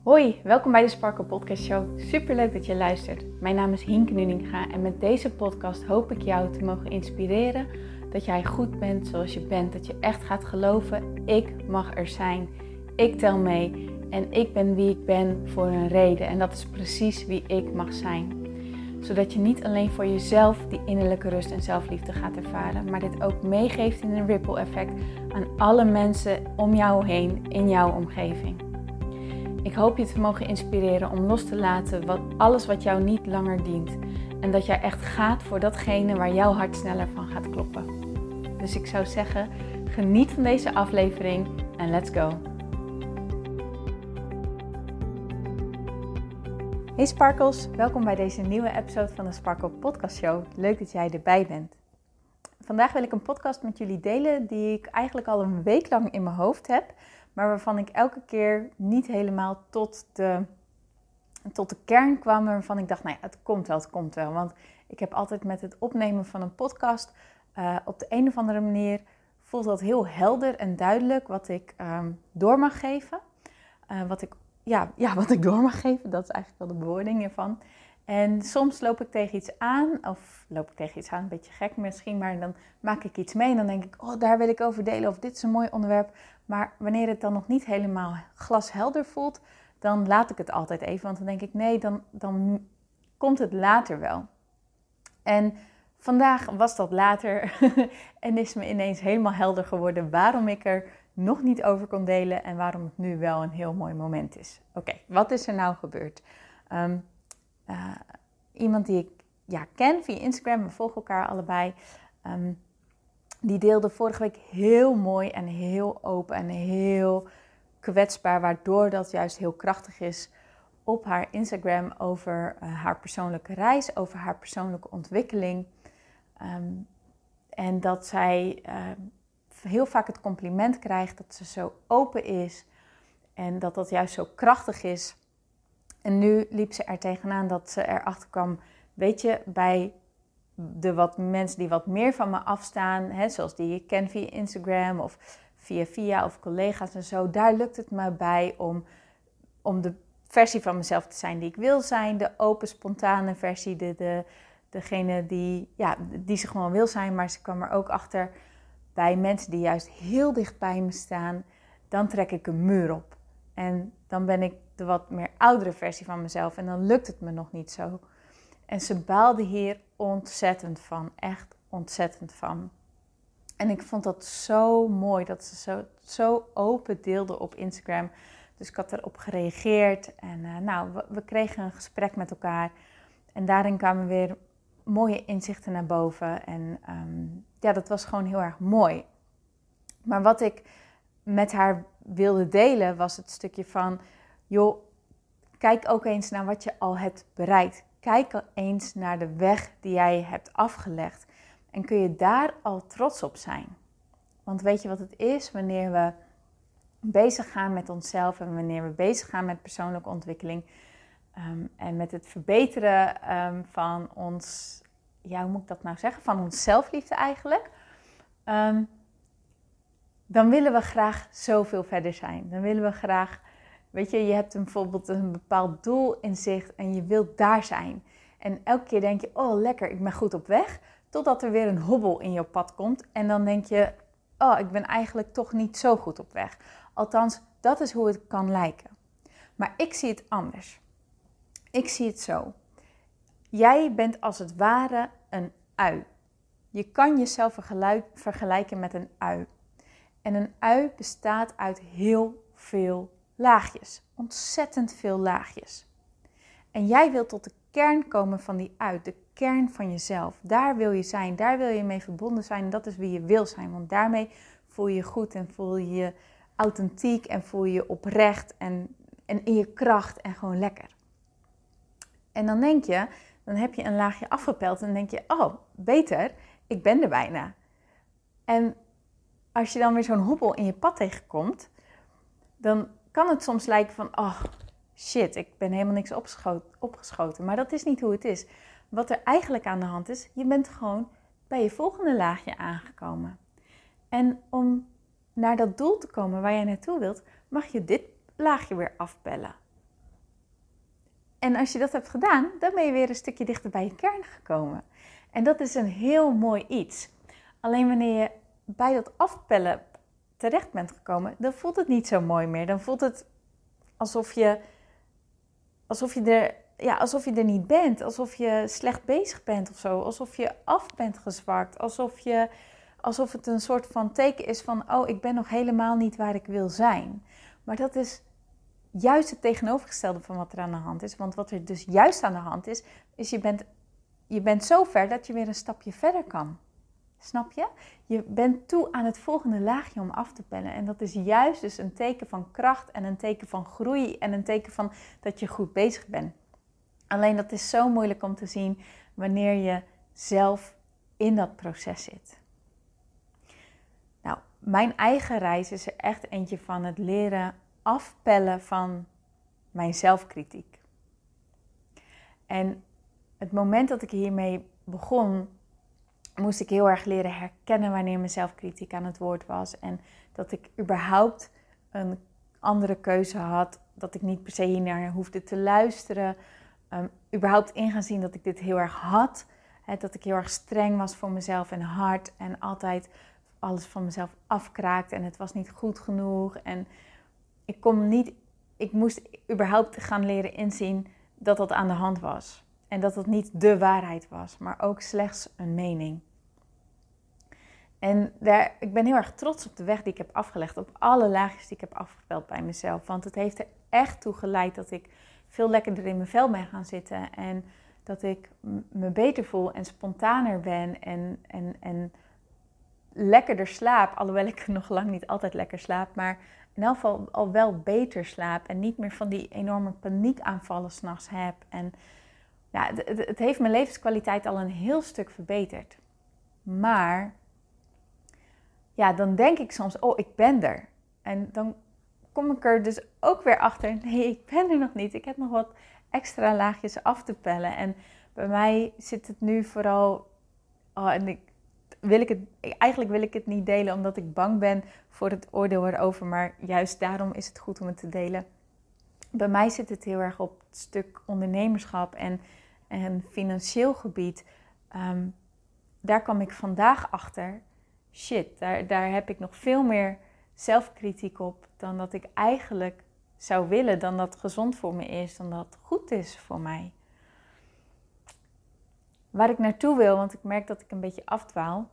Hoi, welkom bij de Sparkle Podcast Show. Superleuk dat je luistert. Mijn naam is Hienke Nuninga en met deze podcast hoop ik jou te mogen inspireren dat jij goed bent zoals je bent. Dat je echt gaat geloven, ik mag er zijn, ik tel mee en ik ben wie ik ben voor een reden. En dat is precies wie ik mag zijn. Zodat je niet alleen voor jezelf die innerlijke rust en zelfliefde gaat ervaren, maar dit ook meegeeft in een ripple effect aan alle mensen om jou heen in jouw omgeving. Ik hoop je te mogen inspireren om los te laten alles wat jou niet langer dient. En dat jij echt gaat voor datgene waar jouw hart sneller van gaat kloppen. Dus ik zou zeggen, geniet van deze aflevering en let's go! Hey Sparkles, welkom bij deze nieuwe episode van de Sparkle Podcast Show. Leuk dat jij erbij bent. Vandaag wil ik een podcast met jullie delen die ik eigenlijk al een week lang in mijn hoofd heb. Maar waarvan ik elke keer niet helemaal tot de kern kwam. Waarvan ik dacht, nou ja, het komt wel. Want ik heb altijd met het opnemen van een podcast op de een of andere manier voelt dat heel helder en duidelijk wat ik door mag geven. Wat ik door mag geven, dat is eigenlijk wel de bewoording hiervan. En soms loop ik tegen iets aan, een beetje gek misschien, maar dan maak ik iets mee en dan denk ik, oh, daar wil ik over delen of dit is een mooi onderwerp. Maar wanneer het dan nog niet helemaal glashelder voelt, dan laat ik het altijd even, want dan denk ik, nee, dan komt het later wel. En vandaag was dat later en is me ineens helemaal helder geworden waarom ik er nog niet over kon delen en waarom het nu wel een heel mooi moment is. Oké, wat is er nou gebeurd? Iemand die ik ken via Instagram, we volgen elkaar allebei, die deelde vorige week heel mooi en heel open en heel kwetsbaar, waardoor dat juist heel krachtig is op haar Instagram over haar persoonlijke reis, over haar persoonlijke ontwikkeling. En dat zij heel vaak het compliment krijgt dat ze zo open is en dat dat juist zo krachtig is. En nu liep ze er tegenaan dat ze erachter kwam, weet je, bij de mensen die wat meer van me afstaan, hè, zoals die ik ken via Instagram of via of collega's en zo, daar lukt het me bij om de versie van mezelf te zijn die ik wil zijn, de open, spontane versie, degene die ze gewoon wil zijn, maar ze kwam er ook achter bij mensen die juist heel dicht bij me staan, dan trek ik een muur op. En dan ben ik de wat meer oudere versie van mezelf en dan lukt het me nog niet zo. En ze baalde hier ontzettend van, echt ontzettend van. En ik vond dat zo mooi dat ze zo open deelde op Instagram. Dus ik had erop gereageerd en we kregen een gesprek met elkaar. En daarin kwamen weer mooie inzichten naar boven. En dat was gewoon heel erg mooi. Maar wat ik met haar wilde delen was het stukje van, joh, kijk ook eens naar wat je al hebt bereikt. Kijk eens naar de weg die jij hebt afgelegd. En kun je daar al trots op zijn? Want weet je wat het is wanneer we bezig gaan met onszelf en wanneer we bezig gaan met persoonlijke ontwikkeling en met het verbeteren van ons, hoe moet ik dat nou zeggen, van ons zelfliefde eigenlijk, dan willen we graag zoveel verder zijn. Dan willen we graag, weet je hebt bijvoorbeeld een bepaald doel in zicht en je wilt daar zijn. En elke keer denk je, oh lekker, ik ben goed op weg. Totdat er weer een hobbel in je pad komt. En dan denk je, oh, ik ben eigenlijk toch niet zo goed op weg. Althans, dat is hoe het kan lijken. Maar ik zie het anders. Ik zie het zo. Jij bent als het ware een ui. Je kan jezelf vergelijken met een ui. En een ui bestaat uit heel veel laagjes. Ontzettend veel laagjes. En jij wilt tot de kern komen van die ui. De kern van jezelf. Daar wil je zijn. Daar wil je mee verbonden zijn. En dat is wie je wil zijn. Want daarmee voel je je goed en voel je je authentiek. En voel je je oprecht en in je kracht en gewoon lekker. En dan dan heb je een laagje afgepeld. En dan denk je, oh, beter. Ik ben er bijna. En als je dan weer zo'n hobbel in je pad tegenkomt, dan kan het soms lijken van, oh shit, ik ben helemaal niks opgeschoten. Maar dat is niet hoe het is. Wat er eigenlijk aan de hand is, je bent gewoon bij je volgende laagje aangekomen. En om naar dat doel te komen waar jij naartoe wilt, mag je dit laagje weer afbellen. En als je dat hebt gedaan, dan ben je weer een stukje dichter bij je kern gekomen. En dat is een heel mooi iets. Alleen wanneer je bij dat afpellen terecht bent gekomen, dan voelt het niet zo mooi meer. Dan voelt het alsof je er niet bent. Alsof je slecht bezig bent of zo. Alsof je af bent gezwakt. Alsof het een soort van teken is van, oh, ik ben nog helemaal niet waar ik wil zijn. Maar dat is juist het tegenovergestelde van wat er aan de hand is. Want wat er dus juist aan de hand is je bent zo ver dat je weer een stapje verder kan. Snap je? Je bent toe aan het volgende laagje om af te pellen. En dat is juist dus een teken van kracht en een teken van groei en een teken van dat je goed bezig bent. Alleen dat is zo moeilijk om te zien wanneer je zelf in dat proces zit. Nou, mijn eigen reis is er echt eentje van het leren afpellen van mijn zelfkritiek. En het moment dat ik hiermee begon, moest ik heel erg leren herkennen wanneer mijn zelfkritiek aan het woord was. En dat ik überhaupt een andere keuze had. Dat ik niet per se hiernaar hoefde te luisteren. Überhaupt in gaan zien dat ik dit heel erg had. Dat ik heel erg streng was voor mezelf en hard. En altijd alles van mezelf afkraakte. En het was niet goed genoeg. En ik moest überhaupt gaan leren inzien dat dat aan de hand was. En dat het niet de waarheid was, maar ook slechts een mening. En ik ben heel erg trots op de weg die ik heb afgelegd. Op alle laagjes die ik heb afgepeld bij mezelf. Want het heeft er echt toe geleid dat ik veel lekkerder in mijn vel ben gaan zitten. En dat ik me beter voel en spontaner ben. En lekkerder slaap. Alhoewel ik nog lang niet altijd lekker slaap. Maar in elk geval al wel beter slaap. En niet meer van die enorme paniekaanvallen 's nachts heb. En ja, het heeft mijn levenskwaliteit al een heel stuk verbeterd. Maar ja, dan denk ik soms, oh, ik ben er. En dan kom ik er dus ook weer achter, nee, ik ben er nog niet. Ik heb nog wat extra laagjes af te pellen. En bij mij zit het nu vooral, eigenlijk wil ik het niet delen omdat ik bang ben voor het oordeel erover. Maar juist daarom is het goed om het te delen. Bij mij zit het heel erg op het stuk ondernemerschap en financieel gebied. Daar kwam ik vandaag achter. Shit, daar heb ik nog veel meer zelfkritiek op dan dat ik eigenlijk zou willen. Dan dat gezond voor me is, dan dat goed is voor mij. Waar ik naartoe wil, want ik merk dat ik een beetje afdwaal,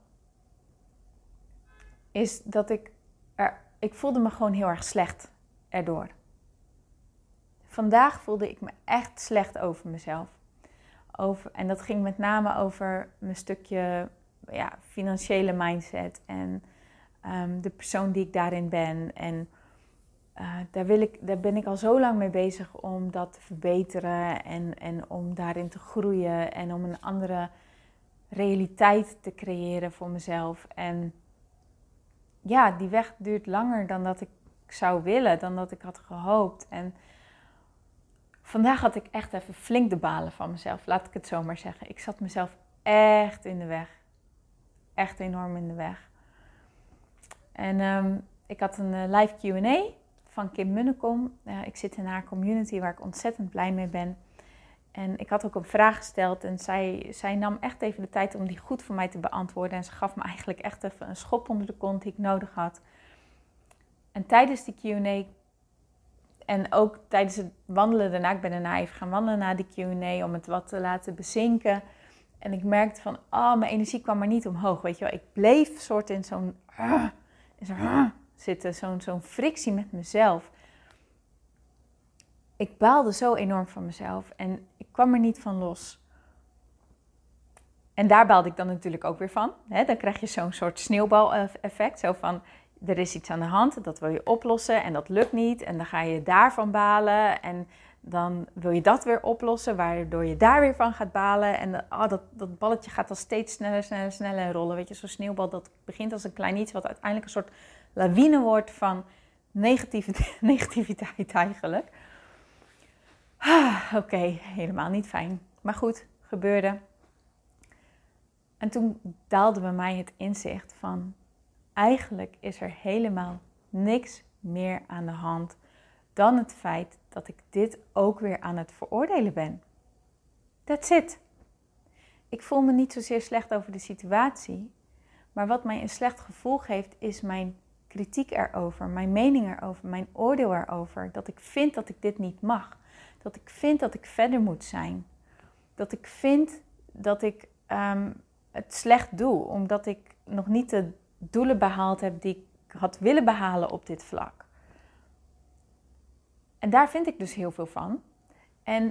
is dat ik voelde me gewoon heel erg slecht erdoor. Vandaag voelde ik me echt slecht over mezelf. En dat ging met name over mijn stukje financiële mindset en de persoon die ik daarin ben. En daar ben ik al zo lang mee bezig om dat te verbeteren en om daarin te groeien en om een andere realiteit te creëren voor mezelf. En ja, die weg duurt langer dan dat ik zou willen, dan dat ik had gehoopt. En vandaag had ik echt even flink de balen van mezelf, laat ik het zo maar zeggen. Ik zat mezelf echt in de weg. Echt enorm in de weg. En ik had een live Q&A van Kim Munnekom. Ik zit in haar community waar ik ontzettend blij mee ben. En ik had ook een vraag gesteld en zij nam echt even de tijd om die goed voor mij te beantwoorden. En ze gaf me eigenlijk echt even een schop onder de kont die ik nodig had. En tijdens die Q&A en ook tijdens het wandelen daarna, ik ben daarna even gaan wandelen na die Q&A om het wat te laten bezinken. En ik merkte van, mijn energie kwam maar niet omhoog, weet je wel. Ik bleef soort in zo'n zitten, zo'n frictie met mezelf. Ik baalde zo enorm van mezelf en ik kwam er niet van los. En daar baalde ik dan natuurlijk ook weer van. Dan krijg je zo'n soort sneeuwbaleffect. Zo van, er is iets aan de hand, dat wil je oplossen en dat lukt niet. En dan ga je daarvan balen en dan wil je dat weer oplossen, waardoor je daar weer van gaat balen. En dat balletje gaat dan steeds sneller rollen. Weet je, zo'n sneeuwbal dat begint als een klein iets, wat uiteindelijk een soort lawine wordt van negativiteit eigenlijk. Oké, helemaal niet fijn. Maar goed, gebeurde. En toen daalde bij mij het inzicht van, eigenlijk is er helemaal niks meer aan de hand dan het feit dat ik dit ook weer aan het veroordelen ben. That's it. Ik voel me niet zozeer slecht over de situatie, maar wat mij een slecht gevoel geeft is mijn kritiek erover, mijn mening erover, mijn oordeel erover. Dat ik vind dat ik dit niet mag. Dat ik vind dat ik verder moet zijn. Dat ik vind dat ik het slecht doe, omdat ik nog niet de doelen behaald heb die ik had willen behalen op dit vlak. En daar vind ik dus heel veel van. En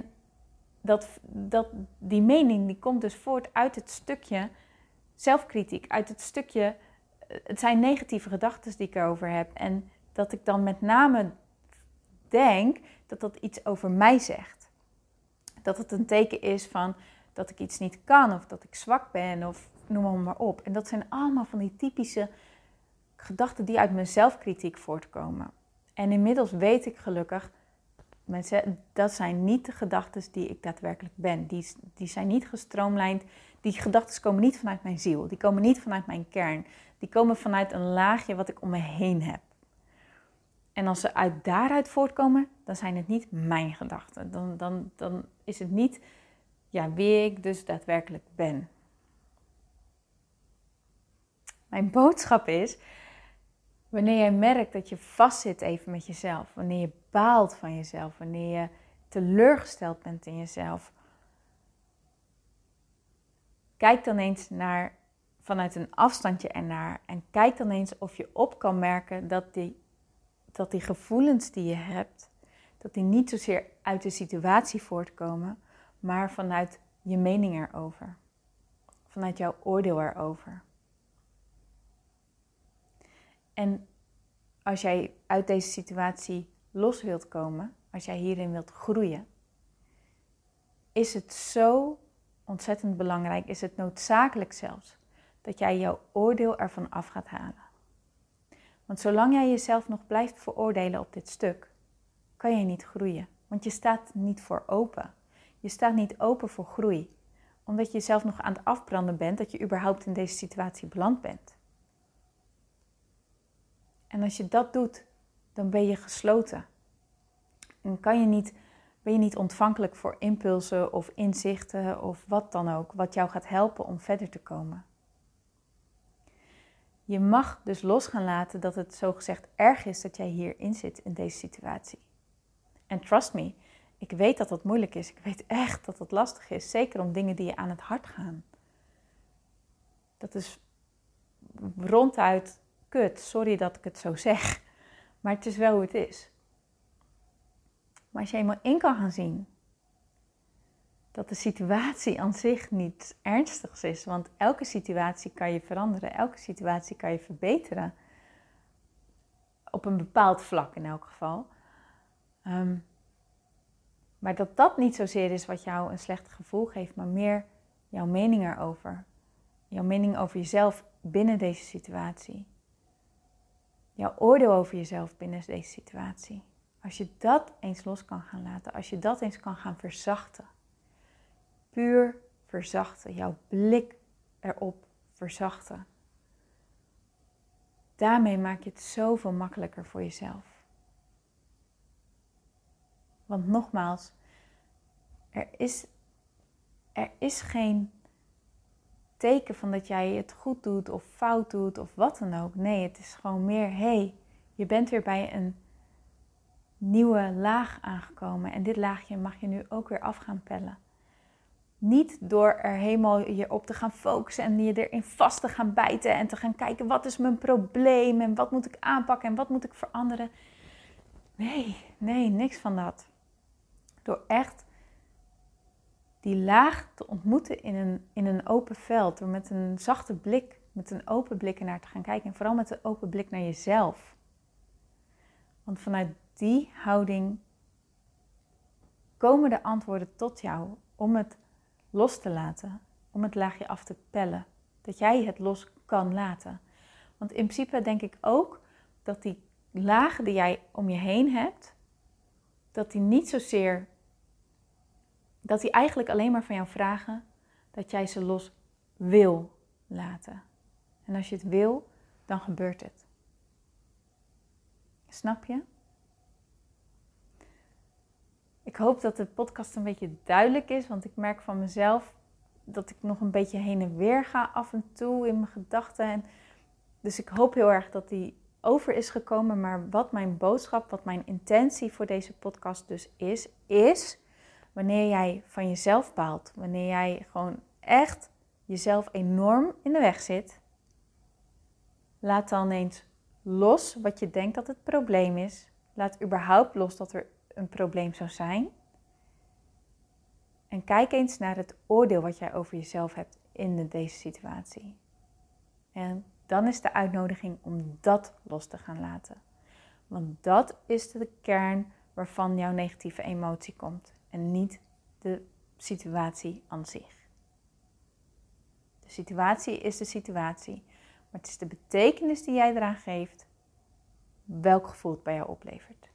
die mening die komt dus voort uit het stukje zelfkritiek, uit het stukje, het zijn negatieve gedachten die ik erover heb. En dat ik dan met name denk dat dat iets over mij zegt. Dat het een teken is van dat ik iets niet kan of dat ik zwak ben of noem maar op. En dat zijn allemaal van die typische gedachten die uit mijn zelfkritiek voortkomen. En inmiddels weet ik gelukkig, dat zijn niet de gedachten die ik daadwerkelijk ben. Die zijn niet gestroomlijnd. Die gedachten komen niet vanuit mijn ziel. Die komen niet vanuit mijn kern. Die komen vanuit een laagje wat ik om me heen heb. En als ze uit daaruit voortkomen, dan zijn het niet mijn gedachten. Dan is het niet wie ik dus daadwerkelijk ben. Mijn boodschap is, wanneer je merkt dat je vastzit even met jezelf, wanneer je baalt van jezelf, wanneer je teleurgesteld bent in jezelf, kijk dan eens vanuit een afstandje ernaar en kijk dan eens of je op kan merken dat die gevoelens die je hebt, dat die niet zozeer uit de situatie voortkomen, maar vanuit je mening erover, vanuit jouw oordeel erover. En als jij uit deze situatie los wilt komen, als jij hierin wilt groeien, is het zo ontzettend belangrijk, is het noodzakelijk zelfs, dat jij jouw oordeel ervan af gaat halen. Want zolang jij jezelf nog blijft veroordelen op dit stuk, kan je niet groeien. Want je staat niet voor open. Je staat niet open voor groei. Omdat je jezelf nog aan het afbranden bent dat je überhaupt in deze situatie beland bent. En als je dat doet, dan ben je gesloten. En ben je niet ontvankelijk voor impulsen of inzichten of wat dan ook, wat jou gaat helpen om verder te komen. Je mag dus los gaan laten dat het zogezegd erg is dat jij hierin zit in deze situatie. En trust me, ik weet dat dat moeilijk is. Ik weet echt dat dat lastig is. Zeker om dingen die je aan het hart gaan. Dat is ronduit kut. Sorry dat ik het zo zeg. Maar het is wel hoe het is. Maar als je eenmaal in kan gaan zien dat de situatie aan zich niet ernstig is. Want elke situatie kan je veranderen. Elke situatie kan je verbeteren. Op een bepaald vlak in elk geval. Maar dat niet zozeer is wat jou een slecht gevoel geeft. Maar meer jouw mening erover. Jouw mening over jezelf binnen deze situatie. Jouw oordeel over jezelf binnen deze situatie. Als je dat eens los kan gaan laten. Als je dat eens kan gaan verzachten. Puur verzachten. Jouw blik erop verzachten. Daarmee maak je het zoveel makkelijker voor jezelf. Want nogmaals, er is geen teken van dat jij het goed doet of fout doet of wat dan ook. Nee, het is gewoon meer, je bent weer bij een nieuwe laag aangekomen. En dit laagje mag je nu ook weer af gaan pellen. Niet door er helemaal je op te gaan focussen en je erin vast te gaan bijten en te gaan kijken, wat is mijn probleem en wat moet ik aanpakken en wat moet ik veranderen. Nee, niks van dat. Door echt die laag te ontmoeten in een open veld. Door met een zachte blik, met een open blik ernaar te gaan kijken. En vooral met een open blik naar jezelf. Want vanuit die houding komen de antwoorden tot jou om het los te laten. Om het laagje af te pellen. Dat jij het los kan laten. Want in principe denk ik ook dat die lagen die jij om je heen hebt, dat die niet zozeer, dat die eigenlijk alleen maar van jou vragen dat jij ze los wil laten. En als je het wil, dan gebeurt het. Snap je? hoop dat de podcast een beetje duidelijk is, want ik merk van mezelf dat ik nog een beetje heen en weer ga af en toe in mijn gedachten. Dus ik hoop heel erg dat die over is gekomen. Maar wat mijn boodschap, wat mijn intentie voor deze podcast dus is wanneer jij van jezelf baalt, wanneer jij gewoon echt jezelf enorm in de weg zit, laat dan eens los wat je denkt dat het probleem is. Laat überhaupt los dat er een probleem zou zijn. En kijk eens naar het oordeel wat jij over jezelf hebt in deze situatie. En dan is de uitnodiging om dat los te gaan laten. Want dat is de kern waarvan jouw negatieve emotie komt. En niet de situatie aan zich. De situatie is de situatie. Maar het is de betekenis die jij eraan geeft, welk gevoel het bij jou oplevert.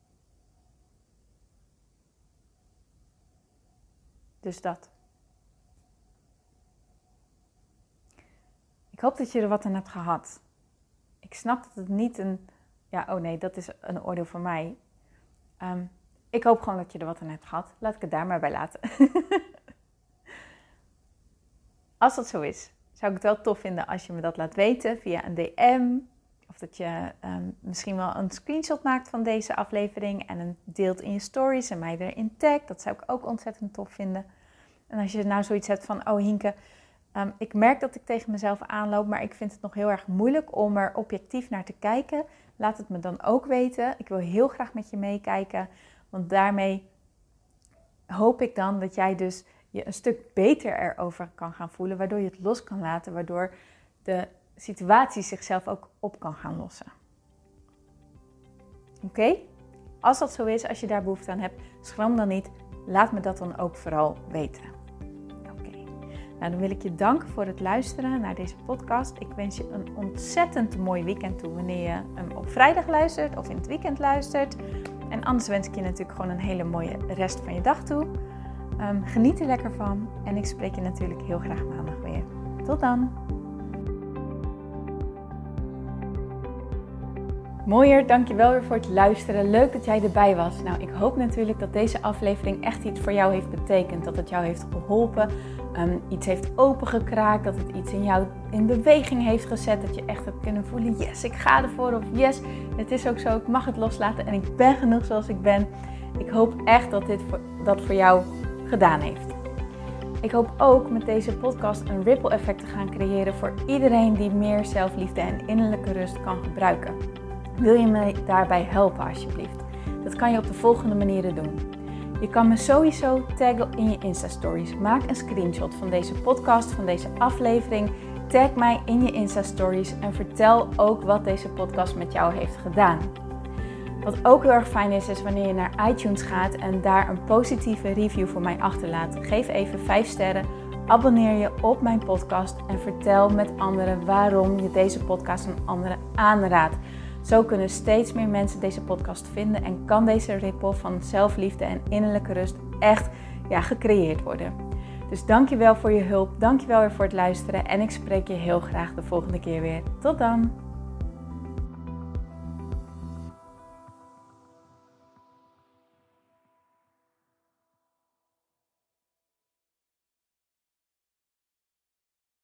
Dus dat. Ik hoop dat je er wat aan hebt gehad. Ik snap dat het niet dat is een oordeel voor mij. Ik hoop gewoon dat je er wat aan hebt gehad. Laat ik het daar maar bij laten. Als dat zo is, zou ik het wel tof vinden als je me dat laat weten via een DM. Of dat je misschien wel een screenshot maakt van deze aflevering en hem deelt in je stories en mij erin tagt. Dat zou ik ook ontzettend tof vinden. En als je nou zoiets hebt van, oh Hienke, ik merk dat ik tegen mezelf aanloop, maar ik vind het nog heel erg moeilijk om er objectief naar te kijken. Laat het me dan ook weten. Ik wil heel graag met je meekijken, want daarmee hoop ik dan dat jij dus je een stuk beter erover kan gaan voelen, waardoor je het los kan laten, waardoor de situatie zichzelf ook op kan gaan lossen. Oké? Als dat zo is, als je daar behoefte aan hebt, schram dan niet. Laat me dat dan ook vooral weten. Oké. Nou, dan wil ik je danken voor het luisteren naar deze podcast. Ik wens je een ontzettend mooi weekend toe wanneer je hem op vrijdag luistert of in het weekend luistert. En anders wens ik je natuurlijk gewoon een hele mooie rest van je dag toe. Geniet er lekker van en ik spreek je natuurlijk heel graag maandag weer. Tot dan! Mooier, dankjewel weer voor het luisteren. Leuk dat jij erbij was. Nou, ik hoop natuurlijk dat deze aflevering echt iets voor jou heeft betekend. Dat het jou heeft geholpen, iets heeft opengekraakt, dat het iets in jou in beweging heeft gezet. Dat je echt hebt kunnen voelen, yes, ik ga ervoor. Of yes, het is ook zo, ik mag het loslaten en ik ben genoeg zoals ik ben. Ik hoop echt dat dit dat voor jou gedaan heeft. Ik hoop ook met deze podcast een ripple effect te gaan creëren voor iedereen die meer zelfliefde en innerlijke rust kan gebruiken. Wil je me daarbij helpen alsjeblieft? Dat kan je op de volgende manieren doen. Je kan me sowieso taggen in je Insta-stories. Maak een screenshot van deze podcast, van deze aflevering. Tag mij in je Insta-stories en vertel ook wat deze podcast met jou heeft gedaan. Wat ook heel erg fijn is wanneer je naar iTunes gaat en daar een positieve review voor mij achterlaat. Geef even 5 sterren, abonneer je op mijn podcast en vertel met anderen waarom je deze podcast aan anderen aanraadt. Zo kunnen steeds meer mensen deze podcast vinden en kan deze ripple van zelfliefde en innerlijke rust echt gecreëerd worden. Dus dankjewel voor je hulp, dankjewel weer voor het luisteren en ik spreek je heel graag de volgende keer weer. Tot dan!